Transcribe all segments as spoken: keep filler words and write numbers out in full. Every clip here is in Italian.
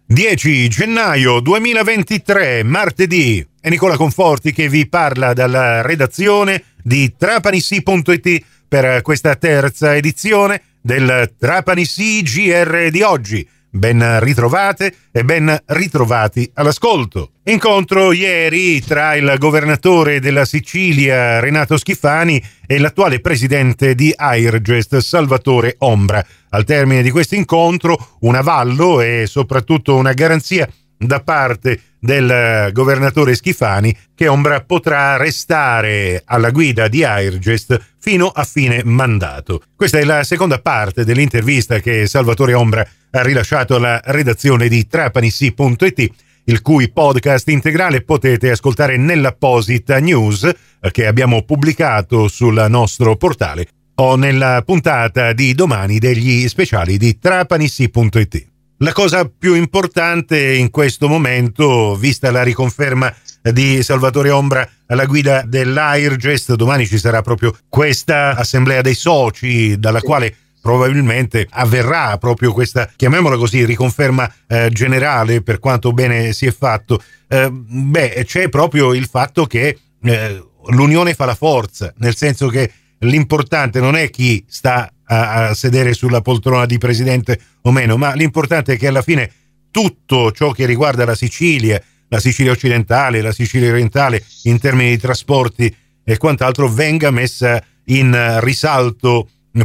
dieci gennaio duemilaventitré, martedì, è Nicola Conforti che vi parla dalla redazione di Trapanissi punto it per questa terza edizione del Trapanissi G R di oggi. Ben ritrovate e ben ritrovati all'ascolto. Incontro ieri tra il governatore della Sicilia Renato Schifani e l'attuale presidente di Airgest Salvatore Ombra. Al termine di questo incontro un avallo e soprattutto una garanzia da parte del governatore Schifani che Ombra potrà restare alla guida di Airgest fino a fine mandato. Questa è la seconda parte dell'intervista che Salvatore Ombra ha rilasciato alla redazione di Trapanissi punto it, il cui podcast integrale potete ascoltare nell'apposita news che abbiamo pubblicato sul nostro portale o nella puntata di domani degli speciali di Trapanissi punto it. La cosa più importante in questo momento, vista la riconferma di Salvatore Ombra alla guida dell'Airgest, domani ci sarà proprio questa assemblea dei soci dalla quale probabilmente avverrà proprio questa, chiamiamola così, riconferma eh, generale per quanto bene si è fatto. Eh, beh, c'è proprio il fatto che eh, l'unione fa la forza, nel senso che l'importante non è chi sta a, a sedere sulla poltrona di presidente o meno, ma l'importante è che alla fine tutto ciò che riguarda la Sicilia, la Sicilia occidentale, la Sicilia orientale, in termini di trasporti e quant'altro, venga messa in risalto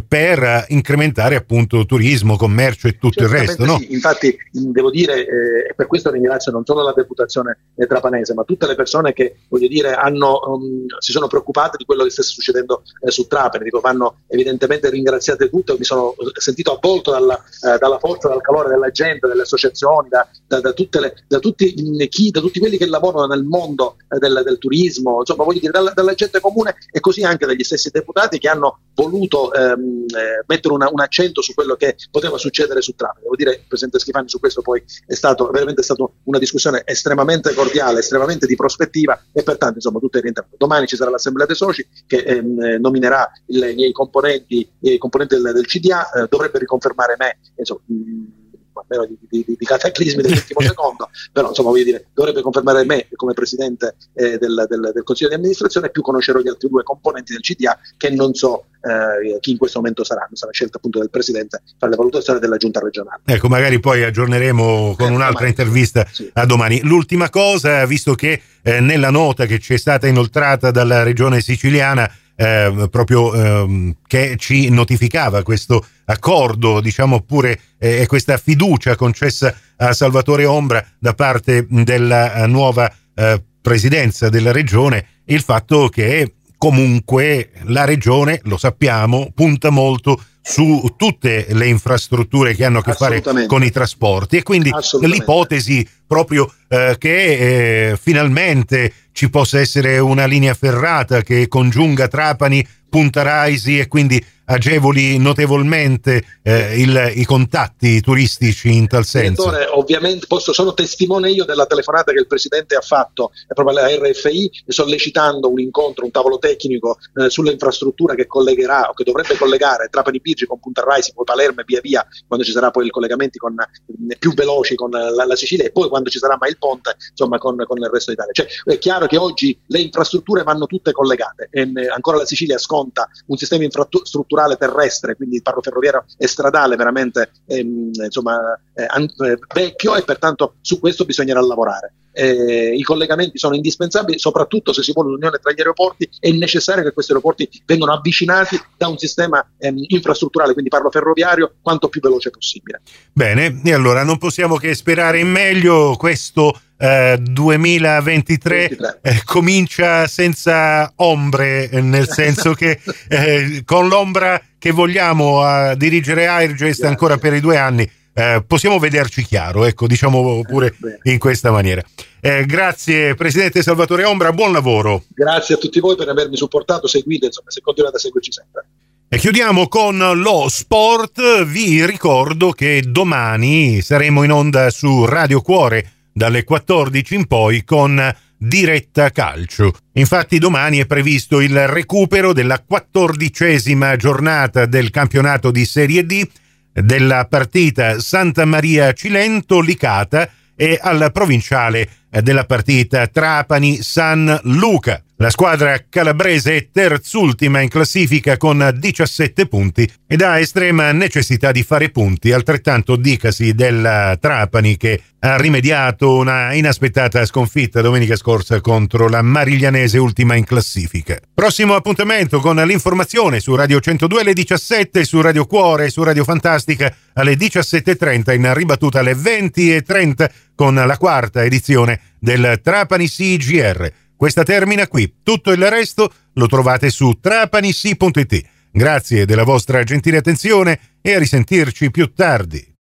per incrementare appunto turismo, commercio e tutto il resto, no? Sì. Infatti devo dire, eh, per questo ringrazio non solo la deputazione eh, trapanese, ma tutte le persone che, voglio dire, hanno um, si sono preoccupate di quello che sta succedendo eh, su Trapani. Dico, vanno evidentemente ringraziate tutte. Mi sono sentito avvolto dalla, eh, dalla forza, dal calore della gente, delle associazioni, da, da, da, tutte le, da, tutti, chi, da tutti quelli che lavorano nel mondo eh, del, del turismo, insomma, voglio dire, dalla, dalla gente comune, e così anche dagli stessi deputati che hanno voluto eh, Eh, mettere una, un accento su quello che poteva succedere su Trapani. Devo dire, il presidente Schifani su questo poi è stato veramente stato una discussione estremamente cordiale, estremamente di prospettiva, e pertanto insomma tutto è rientrato. Domani ci sarà l'assemblea dei soci che ehm, nominerà il, i componenti, i componenti del, del C D A, eh, dovrebbe riconfermare me, insomma, mh, meno di, di, di cataclismi dell'ultimo secondo, però insomma voglio dire, dovrebbe confermare me come presidente eh, del, del, del consiglio di amministrazione, più conoscerò gli altri due componenti del C D A che non so eh, chi in questo momento saranno. Sarà scelta appunto del presidente fare le valutazioni della giunta regionale. Ecco, magari poi aggiorneremo con eh, un'altra domani. intervista sì. a domani. L'ultima cosa, visto che eh, nella nota che ci è stata inoltrata dalla regione siciliana Eh, proprio ehm, che ci notificava questo accordo, diciamo pure eh, questa fiducia concessa a Salvatore Ombra da parte della nuova eh, presidenza della regione, il fatto che comunque la regione, lo sappiamo, punta molto su tutte le infrastrutture che hanno a che fare con i trasporti, e quindi l'ipotesi proprio eh, che eh, finalmente ci possa essere una linea ferrata che congiunga Trapani, Punta Raisi e quindi agevoli notevolmente eh, il, i contatti turistici in tal senso. Direttore, ovviamente posso, sono testimone io della telefonata che il presidente ha fatto proprio alla R F I sollecitando un incontro, un tavolo tecnico eh, sulle infrastrutture che collegherà o che dovrebbe collegare Trapani Birgi con Punta Raisi, poi Palermo e via via, quando ci sarà poi i collegamenti con, eh, più veloci con la, la Sicilia, e poi quando ci sarà mai il ponte, insomma, con, con il resto d'Italia. Cioè, è chiaro che oggi le infrastrutture vanno tutte collegate e eh, ancora la Sicilia sconta un sistema infrastrutturale terrestre, quindi parlo ferroviario e stradale, veramente ehm, insomma eh, an- eh, vecchio, e pertanto su questo bisognerà lavorare. Eh, I collegamenti sono indispensabili, soprattutto se si vuole l'unione tra gli aeroporti. È necessario che questi aeroporti vengano avvicinati da un sistema ehm, infrastrutturale, quindi parlo ferroviario, quanto più veloce possibile. Bene, e allora non possiamo che sperare in meglio. Questo eh, duemilaventitré eh, comincia senza ombre, nel senso che eh, con l'ombra che vogliamo a dirigere Airgest ancora per i due anni eh, possiamo vederci chiaro, ecco, diciamo pure eh, in questa maniera. Eh, grazie Presidente Salvatore Ombra, buon lavoro. Grazie a tutti voi per avermi supportato, seguite, insomma, se continuate a seguirci sempre. E chiudiamo con lo sport. Vi ricordo che domani saremo in onda su Radio Cuore dalle quattordici in poi con Diretta Calcio. Infatti domani è previsto il recupero della quattordicesima giornata del campionato di Serie D, della partita Santa Maria Cilento Licata e al provinciale della partita Trapani San Luca. La squadra calabrese è terzultima in classifica con diciassette punti ed ha estrema necessità di fare punti, altrettanto dicasi del Trapani, che ha rimediato una inaspettata sconfitta domenica scorsa contro la Mariglianese, ultima in classifica. Prossimo appuntamento con l'informazione su Radio centodue alle diciassette, su Radio Cuore e su Radio Fantastica alle diciassette e trenta, in ribattuta alle venti e trenta con la quarta edizione del Trapani C G R. Questa termina qui, tutto il resto lo trovate su trapanisi punto it. Grazie della vostra gentile attenzione e a risentirci più tardi.